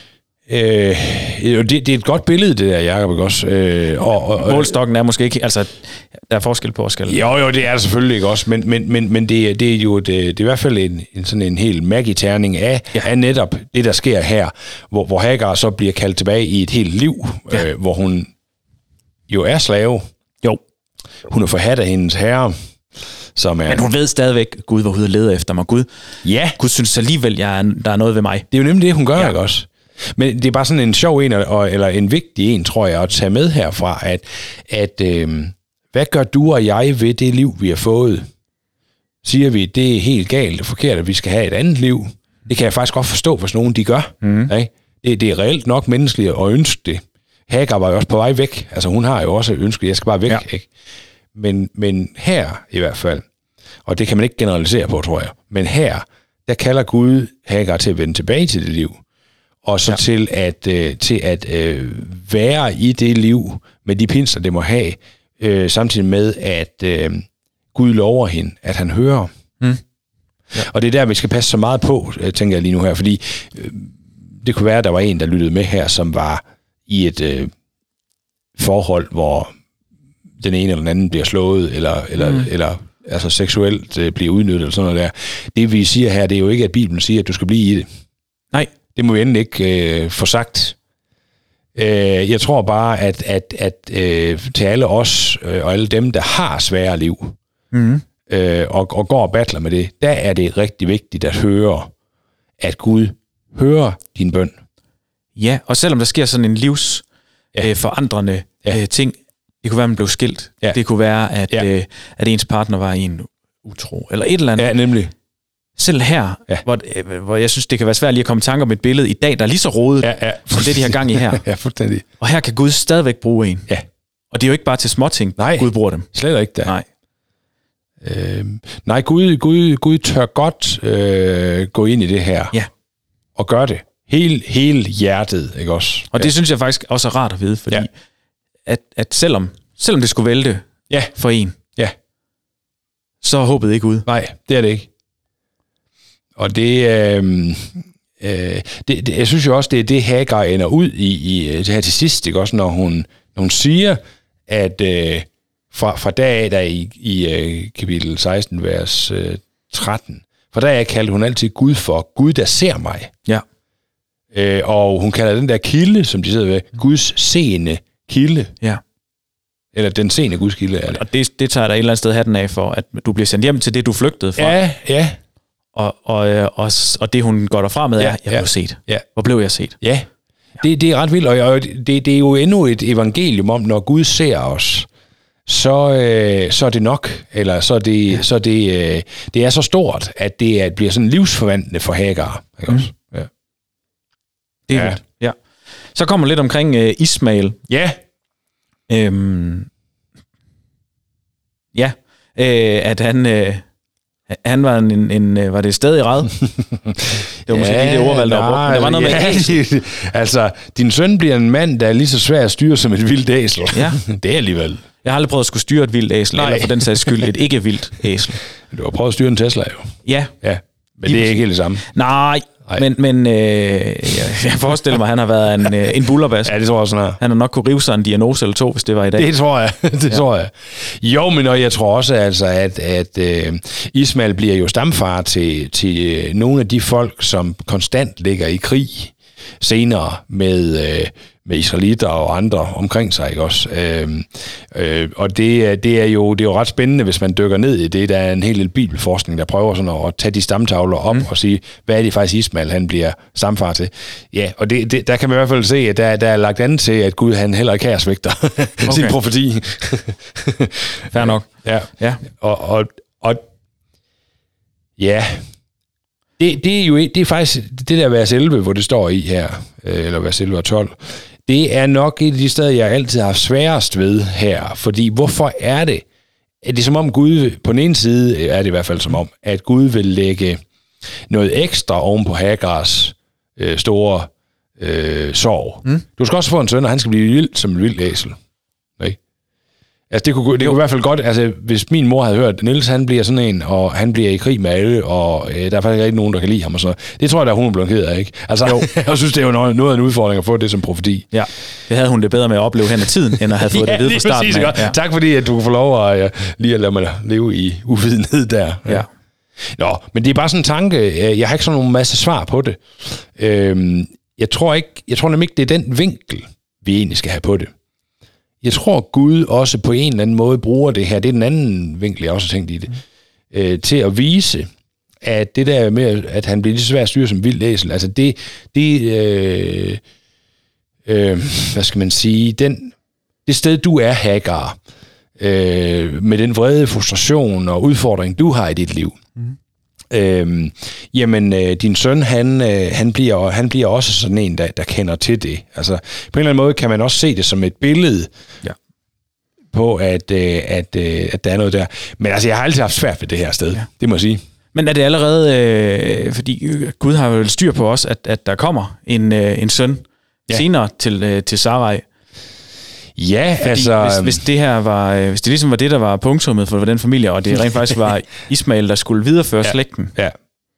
øh, det, det er et godt billede, det der, Jacob, ikke også? Øh, og, og, Målstokken er måske ikke, altså, der er forskel på forskel. Jo, jo, det er der selvfølgelig ikke også, men, men, men, men det, det er jo det, det er i hvert fald en, en sådan en helt magiterning af, ja. af netop det, der sker her, hvor, hvor Hagar så bliver kaldt tilbage i et helt liv, ja. øh, hvor hun jo er slave. Jo. Hun er forhat af hendes herre, som er... Men hun ved stadigvæk, Gud var ude og lede efter mig. Gud, ja. Gud synes alligevel, jeg er, der er noget ved mig. Det er jo nemlig det, hun gør, ja. ikke også? Men det er bare sådan en sjov en, eller en vigtig en, tror jeg, at tage med herfra, at, at øh, hvad gør du og jeg ved det liv, vi har fået? Siger vi, det er helt galt og forkert, at vi skal have et andet liv? Det kan jeg faktisk godt forstå, hvis nogen de gør. Mm. Ikke? Det, det er reelt nok menneskeligt at ønske det. Hagar var jo også på vej væk. Altså hun har jo også ønsket, at jeg skal bare væk. Ja. Ikke? Men, men her i hvert fald, og det kan man ikke generalisere på, tror jeg, men her, der kalder Gud Hagar til at vende tilbage til det liv. Og så ja. til at, øh, til at øh, være i det liv med de pinsler, det må have, øh, samtidig med, at øh, Gud lover hende, at han hører. Mm. Ja. Og det er der, vi skal passe så meget på, tænker jeg lige nu her, fordi øh, det kunne være, at der var en, der lyttede med her, som var i et øh, forhold, hvor den ene eller den anden bliver slået, eller, eller, mm. eller altså seksuelt øh, bliver udnyttet, eller sådan noget der. Det vi siger her, det er jo ikke, at Bibelen siger, at du skal blive i det. Nej. Det må vi endelig ikke øh, få sagt. Øh, jeg tror bare, at, at, at øh, til alle os, øh, og alle dem, der har svære liv, mm. øh, og, og går og battler med det, der er det rigtig vigtigt at høre, at Gud hører din bøn. Ja, og selvom der sker sådan en livsforandrende ja. øh, ja. øh, ting, det kunne være, at man blev skilt. Ja. Det kunne være, at, ja. øh, at ens partner var i en utro, eller et eller andet. Ja, nemlig. Selv her, ja. hvor, øh, hvor jeg synes, det kan være svært lige at komme i tanke om et billede i dag, der er lige så rodet, ja, ja. som det, de har gang i her. Ja, fuldstændig. Og her kan Gud stadigvæk bruge en. Ja. Og det er jo ikke bare til småting, Nej, Gud bruger dem. Slet ikke der. Nej. Øh, nej, Gud, Gud, Gud tør godt øh, gå ind i det her. Ja. Og gøre det. Hele, hele hjertet, ikke også? Og det ja. synes jeg faktisk også er rart at vide, fordi ja. at, at selvom, selvom det skulle vælte ja. for en, ja. så er håbet ikke ude. Nej, det er det ikke. Og det, øh, øh, det, det jeg synes jo også, det er det, Hagar ender ud i, i det her til sidst, ikke også, når hun, når hun siger, at øh, fra, fra dag af, der i, i øh, kapitel seksten, vers øh, tretten, fra dag af kaldte hun altid Gud for Gud, der ser mig. Ja. Øh, og hun kalder den der kilde, som de sidder ved, Guds seende kilde. Ja. Eller den seende Guds kilde. Er det. Og det, det tager der et eller andet sted hatten af for, at du bliver sendt hjem til det, du flygtede fra. Ja, ja. Og, og, og, og det, hun går derfra med, ja, er, jeg ja, blev set. Ja. Hvor blev jeg set? Ja, det, det er ret vildt, og det, det er jo endnu et evangelium om, når Gud ser os, så, øh, så er det nok, eller så er det, ja. så det, øh, det er så stort, at det er, bliver sådan livsforvandlende for Hagar. Ikke mm. også? Ja. Det er ja. vildt. Ja. Så kommer lidt omkring øh, Ismael. Ja. Øhm, ja, øh, at han... Øh, Han var en, en var det stadig ræd? Det var måske ja, ikke det ordvalg, der var brugt. Der var noget ja, med altså, din søn bliver en mand, der er lige så svær at styre som et vildt æsel. Ja. Det er alligevel. Jeg har aldrig prøvet at skulle styre et vildt æsel, Nej. eller for den sags skyld et ikke vildt æsel. Du har prøvet at styre en Tesla, jo. Ja. Ja, men det er ikke helt det samme. Nej, Nej. men, men øh, jeg forestiller mig, at han har været en, en bullerbas. Ja, det tror jeg også, han har. Han har nok kunne rive sig en diagnose eller to, hvis det var i dag. Det tror jeg, det ja. tror jeg. Jo, men og jeg tror også, altså, at, at uh, Ismael bliver jo stamfar til, til uh, nogle af de folk, som konstant ligger i krig senere med... Uh, med israelitter og andre omkring sig, ikke også? Øhm, øh, og det, det, er jo, det er jo ret spændende, hvis man dykker ned i det. Der er en hel del bibelforskning, der prøver sådan at, at tage de stamtavler op mm. og sige, hvad er det faktisk Ismael, han bliver stamfar til? Ja, og det, det, der kan man i hvert fald se, at der, der er lagt an til, at Gud han heller ikke her svigter okay. sin profeti. Fair nok. Ja, ja. Og, og, og ja... Det, det er jo det er faktisk det der vers elleve, hvor det står i her, eller vers elleve og tolv. Det er nok et af de steder, jeg altid har sværest ved her. Fordi hvorfor er det? Er det som om Gud, på den ene side er det i hvert fald som om, at Gud vil lægge noget ekstra oven på Hagars øh, store øh, sorg. Mm. Du skal også få en søn, og han skal blive vild som en vild æsel. Ikke? Altså det kunne, det kunne i hvert fald godt, altså hvis min mor havde hørt, at Niels han bliver sådan en, og han bliver i krig med alle, og øh, der er faktisk ikke nogen, der kan lide ham og sådan noget. Det tror jeg, der hun er blevet ked af, ikke? Altså, jo. Jeg synes, det er jo noget, noget af en udfordring at få det som profeti. Ja, det havde hun det bedre med at opleve hen ad tiden, end at have fået ja, det at vide fra starten. Præcis, ja. Tak fordi, at du kan få lov at ja, lige at lade mig leve i uvidenhed der. Ja. Ja. Nå, men det er bare sådan en tanke, jeg har ikke sådan nogen masse svar på det. Øhm, jeg tror ikke, jeg tror nemlig ikke, det er den vinkel, vi egentlig skal have på det. Jeg tror, Gud også på en eller anden måde bruger det her, det er den anden vinkel, jeg også har tænkt i det, øh, til at vise, at det der med, at han bliver lige så svær at styre som vild æsel, altså det, det øh, øh, hvad skal man sige, den, det sted, du er, Hagar, øh, med den vrede, frustration og udfordring, du har i dit liv, mm. Øhm, jamen, øh, din søn, han, øh, han, bliver, han bliver også sådan en, der, der kender til det. Altså, på en eller anden måde kan man også se det som et billede ja. på, at, øh, at, øh, at der er noget der. Men altså, jeg har altid haft svært ved det her sted, ja. det må jeg sige. Men er det allerede, øh, fordi Gud har jo styr på os, at, at der kommer en, øh, en søn ja. senere til, øh, til Sarai? Ja, fordi altså... Hvis, hvis det her var, hvis det ligesom var det, der var punktummet for den familie, og det rent faktisk var Ismael, der skulle videreføre ja, slægten, ja.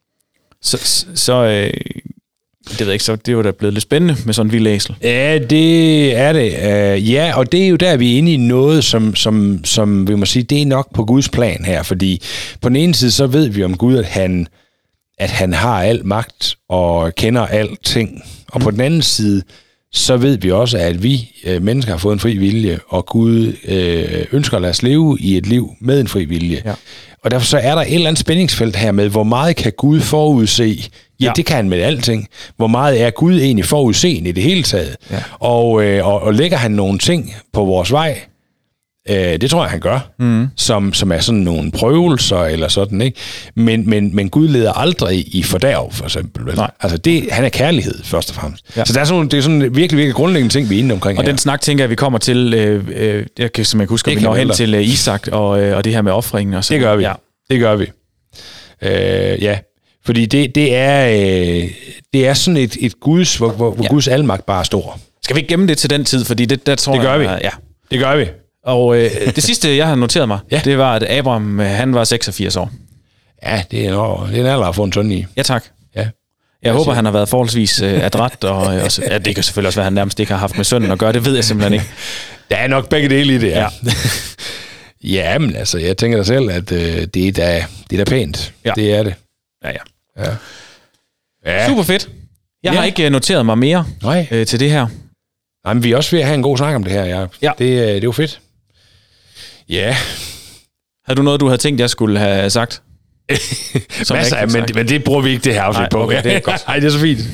så, så øh, det ved jeg ikke, så det var da blevet lidt spændende med sådan en vild æsel. Ja, det er det. Uh, ja, og det er jo der, vi er inde i noget, som, som, som vi må sige, det er nok på Guds plan her, fordi på den ene side, så ved vi om Gud, at han, at han har al magt og kender alting, og mm. på den anden side, så ved vi også, at vi øh, mennesker har fået en fri vilje, og Gud øh, ønsker at lade os leve i et liv med en fri vilje. Ja. Og derfor så er der et eller andet spændingsfelt her med, hvor meget kan Gud forudse? Ja, ja. Det kan han med alting. Hvor meget er Gud egentlig forudseende i det hele taget? Ja. Og, øh, og, og lægger han nogle ting på vores vej, Øh, det tror jeg, han gør, mm. som, som er sådan nogle prøvelser eller sådan, ikke? Men, men, men Gud leder aldrig i fordærv, for eksempel. Vel? Altså, det, han er kærlighed, først og fremmest. Ja. Så der er sådan, det er sådan virkelig, virkelig grundlæggende ting, vi er inde omkring Og her. den snak, tænker jeg, vi kommer til, øh, øh, jeg kan simpelthen huske, at vi når hen til øh, Isak og, øh, og det her med offringen. Og så. Det gør vi, ja. det gør vi. Øh, ja, fordi det, det, er, øh, det er sådan et, et Guds, hvor, hvor, hvor ja. Guds almagt bare er stor. Skal vi ikke gemme det til den tid, fordi det, der tror det gør jeg, vi. Ja. Det gør vi. Og øh, det sidste, jeg har noteret mig, ja. det var, at Abraham, han var seksogfirs år. Ja, det er en, år, det er en alder at få en søn i. Ja, tak. Ja. Jeg, jeg håber, siger. han har været forholdsvis øh, adræt, og, og ja, det kan selvfølgelig også være, at han nærmest ikke har haft med sønnen at gøre, det ved jeg simpelthen ikke. Der er nok begge dele i det, ja. ja. Ja, men altså, jeg tænker da selv, at øh, det, er da, det er da pænt. Ja. Det er det. Ja, ja. ja. ja. Super fedt. Jeg ja. har ikke noteret mig mere øh, til det her. Nej, men vi er også ved at have en god snak om det her, ja. ja. Det, øh, det er jo fedt. Ja. Har du noget, du havde tænkt, jeg skulle have sagt? Masser af, men, men det bruger vi ikke det her afsnit på. Okay, det er godt. Nej, det er så fint.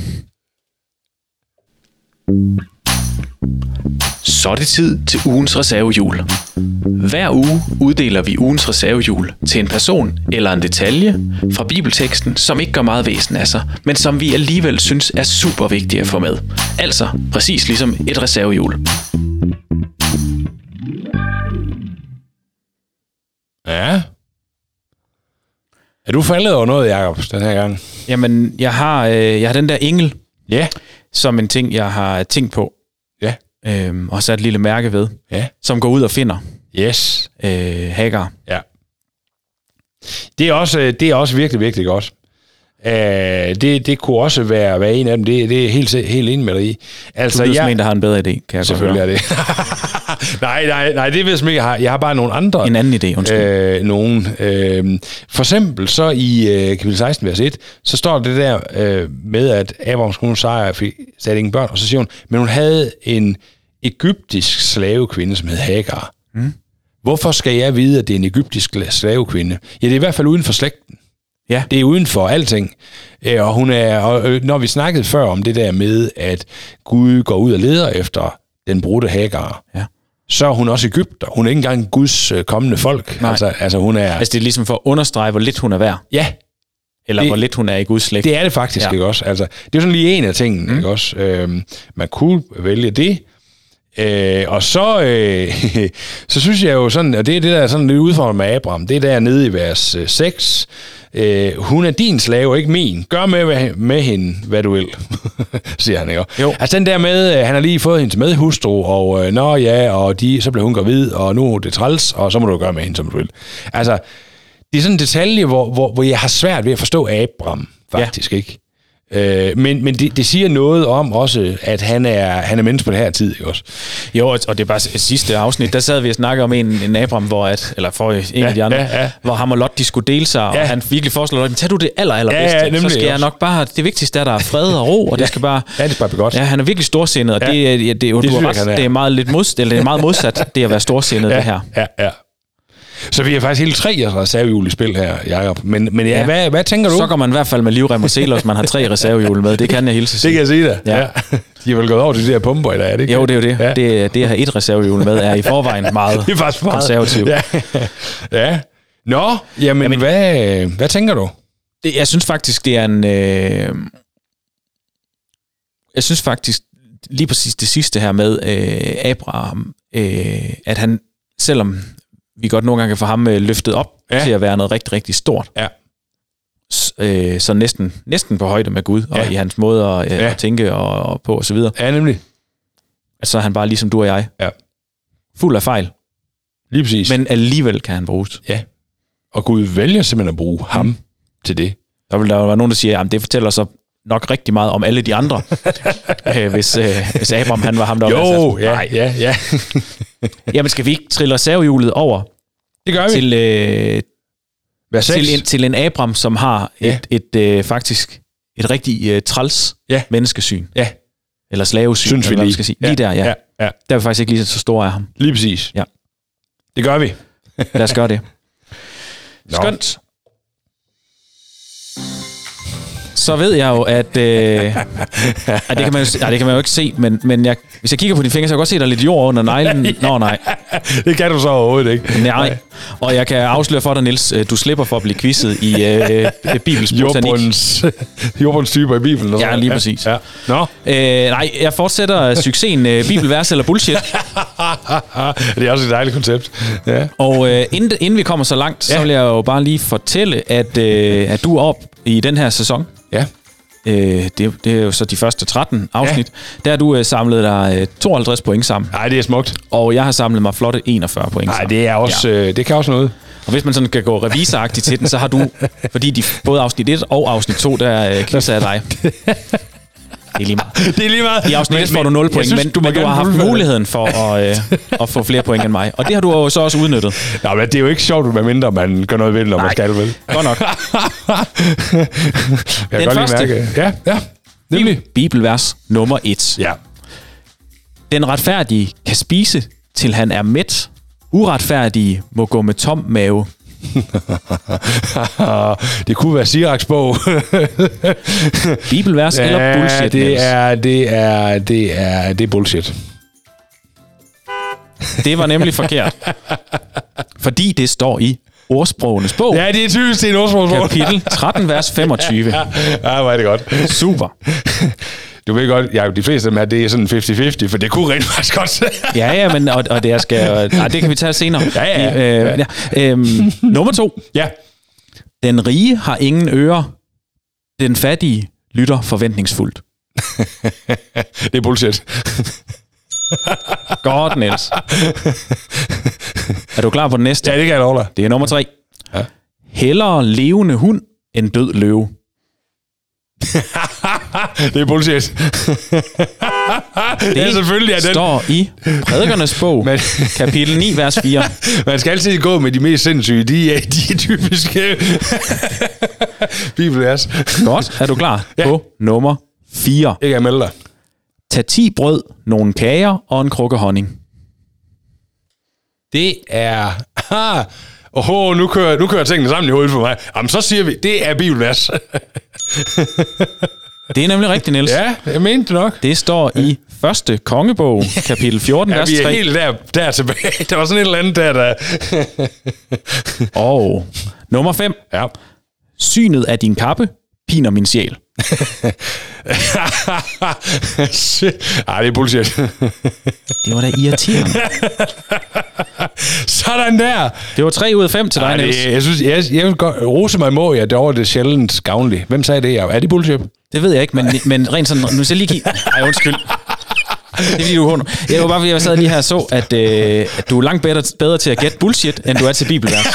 Så er det tid til ugens reservehjul. Hver uge uddeler vi ugens reservehjul til en person eller en detalje fra bibelteksten, som ikke gør meget væsen af sig, men som vi alligevel synes er super vigtige at få med. Altså præcis ligesom et reservehjul. Ja. Er du faldet over noget, Jacob, den her gang? Jamen, jeg har, øh, jeg har den der engel, ja. som en ting, jeg har tænkt på. Ja. Øhm, og sat et lille mærke ved, ja. som går ud og finder yes. øh, Hagar. Ja. Det er også, det er også virkelig, virkelig godt. Uh, det, det kunne også være, være en af dem. Det, det er helt, helt enig med dig i. Altså, du ved jeg, en, der har en bedre idé, kan jeg selvfølgelig er det. nej, nej, nej, det ved jeg ikke. Jeg har, jeg har bare nogle andre. En anden idé, undskyld. Øh, nogen, øh, for eksempel så i øh, kapitel seksten, vers et, så står det der øh, med, at Abrahams kone Sara fik sat ingen børn, og så siger hun, men hun havde en egyptisk slavekvinde, som hed Hagar. Mm. Hvorfor skal jeg vide, at det er en egyptisk slavekvinde? Ja, det er i hvert fald uden for slægten. Ja. Det er uden for alting. Og hun er, og når vi snakkede før om det der med, at Gud går ud og leder efter den brudte Hagar, ja. så er hun også egypter. Hun er ikke engang Guds kommende folk. Altså, altså, hun er... altså det er ligesom for at understrege, hvor lidt hun er værd. Ja. Eller det, hvor lidt hun er i Guds slægt. Det er det faktisk, ja. Ikke også? Altså, det er sådan lige en af tingene, mm. ikke også? Øhm, man kunne vælge det. Øh, og så, øh, så synes jeg jo sådan, og det er det, der er sådan lidt udfordrende med Abraham, det er der nede i vers seks, øh, hun er din slave, ikke min. Gør med, med hende, hvad du vil, siger han, ikke? Jo. Altså den der med, han har lige fået hendes medhustru, og øh, nå ja, og de, så blev hun gravid, og nu er det træls, og så må du gøre med hende, som du vil. Altså, det er sådan en detalje, hvor, hvor, hvor jeg har svært ved at forstå Abraham, faktisk, ja. Ikke? Øh, men men det, det siger noget om også, at han er, han er menneske på det her tid, ikke også? Jo, og det er bare sidste afsnit, der sad vi og snakkede om en, en Abraham, hvor at, eller for en ja, af de andre, ja, ja. hvor ham og Lot, de skulle dele sig, ja. Og han virkelig foreslår, tag du det aller, aller bedste, ja, ja, så skal jeg nok bare, det vigtigste er, der er fred og ro, og ja. Det skal bare... Ja, det skal bare godt. Ja, han er virkelig storsindet, og ja. det, det, det, det, det, ret, det er meget lidt mod, eller det er meget modsat, det at være storsindet, ja, det her. Ja, ja. Så vi har faktisk hele tre reservehjul i spil her, Jacob. Men, men ja, ja. Hvad, hvad tænker du? Så går man i hvert fald med livrem og seler, hvis man har tre reservehjul med. Det kan jeg hilse sige. Det kan jeg sige da. Ja. Ja. De har vel gået over til de der pumper i dag, er det ikke? Jo, det er jo det. Ja. Det, det at have et reservehjul med er i forvejen meget, det er faktisk meget konservativt. Ja. Ja. Nå, jamen, jamen hvad, hvad tænker du? Det, jeg synes faktisk, det er en... Øh, jeg synes faktisk, lige præcis det sidste her med øh, Abraham, øh, at han, selvom vi godt nogle gange kan få ham øh, løftet op ja. Til at være noget rigtig, rigtig stort, ja. så, øh, så næsten, næsten på højde med Gud, og ja. I hans måde at, øh, ja. At tænke og, og på og så videre. Ja, nemlig. At så er han bare ligesom du og jeg. Ja. Fuld af fejl. Lige præcis. Men alligevel kan han bruges. Ja. Og Gud vælger simpelthen at bruge ham mm. til det. Der vil der være nogen, der siger, at det fortæller så nok rigtig meget om alle de andre, øh, hvis, øh, hvis Abraham han var ham, der jo, var ja, ja, ja. Jamen, skal vi ikke trille reservehjulet over? Det gør vi. Til, øh, til, en, til en Abraham, som har ja. et, et øh, faktisk et rigtig øh, træls ja. menneskesyn. Ja. Eller slavesyn, synes eller vi lige. Skal sige. Ja. Lige der, ja. Ja. Ja. Der er vi faktisk ikke lige så store af ham. Lige præcis. Ja. Det gør vi. Lad os gøre det. Nå. Skønt. så ved jeg jo, at... Øh, at det, kan man jo, nej, det kan man jo ikke se, men, men jeg, hvis jeg kigger på dine fingre, så kan jeg godt se, at der er lidt jord under neglen. Nå, nej. Det kan du så overhovedet ikke. Nej. Og jeg kan afsløre for dig, Niels, du slipper for at blive quizzet i øh, Bibels botanik. Jordbunds, jordbundstyper i Bibelen. Og ja, lige præcis. Ja. Nå. Øh, nej, jeg fortsætter succesen øh, Bibelvers eller bullshit. Det er også et dejligt koncept. Ja. Og øh, inden, inden vi kommer så langt, så vil jeg jo bare lige fortælle, at, øh, at du er op i den her sæson. Ja. Øh, det, det er jo så de første tretten afsnit. Ja. Der har du øh, samlet dig øh, tooghalvtreds point sammen. Nej, det er smukt. Og jeg har samlet mig flotte enogfyrre point sammen. Nej, det er også, ja. øh, det kan også noget. Og hvis man sådan kan gå revisoragtigt til den, så har du, fordi de, både afsnit et og afsnit to, der øh, quizzer af dig. Det er lige meget. Det er lige meget. I afsnit et får du nul point, synes, men du, men du har haft muligheden for at, øh, at få flere point end mig. Og det har du jo så også udnyttet. Nå, men det er jo ikke sjovt, medmindre man gør noget ved, når man skal vel. Godt nok. jeg den godt første. Mærke. Ja, ja. Nemlig. Bibelvers nummer et. Ja. Den retfærdige kan spise, til han er mæt. Uretfærdige må gå med tom mave. Det kunne være Siraks bog. Bibelvers ja, eller bullshit? Det er, det er, det er, det er bullshit. Det var nemlig forkert. Fordi det står i Ordsprogenes bog. Ja, det er typisk, det er en ordsprogenes bog. Kapitel tretten, vers femogtyve. Ja, ja, hvor er det godt. Super. Du ved godt, ja, de fleste af dem her, det er sådan halvtreds halvtreds, for det kunne rent faktisk godt. ja, ja, men og, og det, skal, nej, det kan vi tage senere. Ja, ja. Øh, ja. Øhm, nummer to. Ja. Den rige har ingen ører. Den fattige lytter forventningsfuldt. Det er bullshit. Godt, Niels. Er du klar på den næste? Ja, det kan jeg love dig. Det er nummer tre. Ja. Hellere levende hund end død løve. Det er bullshit. Det ja, selvfølgelig er den. Står i Prædikernes bog, men, kapitel ni, vers fire. Man skal altid gå med de mest sindssyge. De er, de er typiske bibelvers. Godt. Er du klar ja. på nummer fire? Ikke at melde dig. Tag ti brød, nogle kager og en krukke honning. Det er... Åh, oh, nu kører, nu kører tingene sammen i hovedet for mig. Jamen, så siger vi, det er bibelvers. Det er nemlig rigtigt, Niels. Ja, jeg mente det nok. Det står i første kongebog, kapitel fjorten, ja, vers vi er tre. helt der, der tilbage. Der var sådan et eller andet der, der... Og nummer fem. Ja. Synet af din kappe piner min sjæl. Ej, det er bullshit. Det var da irriterende. Sådan der. Det var tre ud af fem til dig, Niels. Jeg synes, jeg, jeg vil godt rose mig imod, at det var det sjældent gavnligt. Hvem sagde det? Er det bullshit? Det ved jeg ikke, men, men rent sådan... Nu skal jeg lige give... Ej, undskyld. Det er fordi, du er hund. Jeg var bare, fordi jeg sad lige her og så, at, øh, at du er langt bedre, bedre til at gætte bullshit, end du er til bibelvers.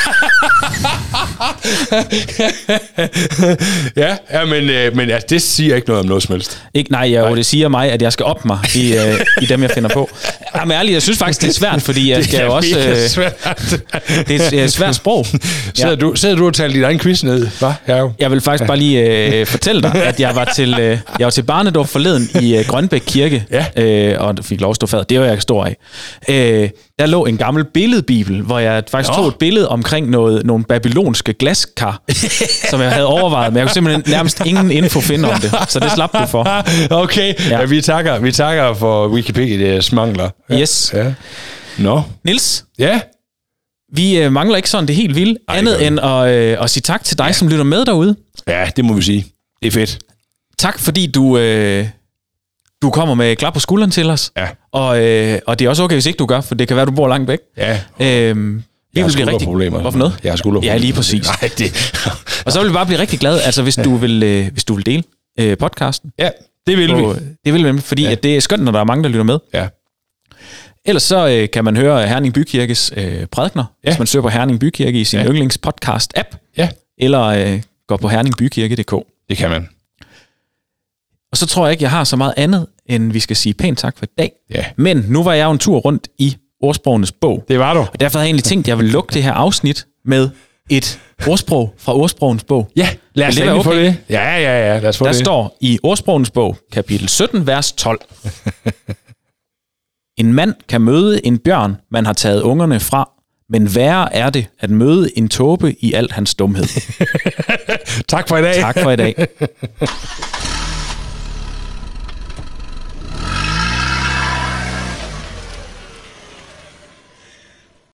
ja, ja, men, øh, men altså, det siger ikke noget om noget som helst. Ikke, nej, jeg, det siger mig, at jeg skal op mig i, øh, i dem, jeg finder på. Jamen ærligt, jeg synes faktisk, det er svært, fordi jeg skal jo også... Øh, det er et svært sprog. Sidder, ja. du, sidder du og taler dit egen quiz ned? Hva? Ja, jeg vil faktisk bare lige øh, fortælle dig, at jeg var til, øh, jeg var til barnedåb forleden i øh, Grønbæk Kirke, ja. øh, og fik lov at stå fader. Det var jeg stor af. Øh, der lå en gammel billedbibel, hvor jeg faktisk jo. tog et billede omkring noget, nogle babylonske glaskar, som jeg havde overvejet, men jeg kunne simpelthen nærmest ingen info finde om det, så det slap du for. Okay, ja. Ja, vi takker, vi takker for Wikipedias mangler. Ja. Yes. Ja. Nå. Niels? Ja? Vi øh, mangler ikke sådan det helt vildt, Ej, andet end at, øh, at sige tak til dig, ja. som lytter med derude. Ja, det må vi sige. Det er fedt. Tak, fordi du... Øh, Du kommer med klap på skulderen til os, ja. og, øh, og det er også okay, hvis ikke du gør, for det kan være, du bor langt væk. Ja. Øhm, vi vil blive rigtig... Hvorfor noget? Jeg har skulderproblemer. Ja, lige præcis. Nej, det... Og så vil vi bare blive rigtig glade, altså hvis du vil, øh, hvis du vil dele øh, podcasten. Ja, det vil vi. Det vil vi, fordi ja. at det er skønt, når der er mange, der lytter med. Ja. Ellers så øh, kan man høre Herning Bykirkes øh, prædikener, ja. hvis man søger på Herning Bykirke i sin ja. yndlingspodcast-app, ja. eller øh, går på herningbykirke punktum d k. Det kan man. Og så tror jeg ikke, jeg har så meget andet, end vi skal sige pænt tak for i dag. Ja. Men nu var jeg jo en tur rundt i Ordsprogenes bog. Det var du. Og derfor havde jeg egentlig tænkt, at jeg ville lukke det her afsnit med et ordsprog fra Ordsprogenes bog. Ja, lad os lige få det. Ja, ja, ja, lad os få Der det. Der står i Ordsprogenes bog, kapitel sytten, vers tolv. En mand kan møde en bjørn, man har taget ungerne fra, Men værre er det at møde en tåbe i alt hans dumhed. Tak for i dag. Tak for i dag.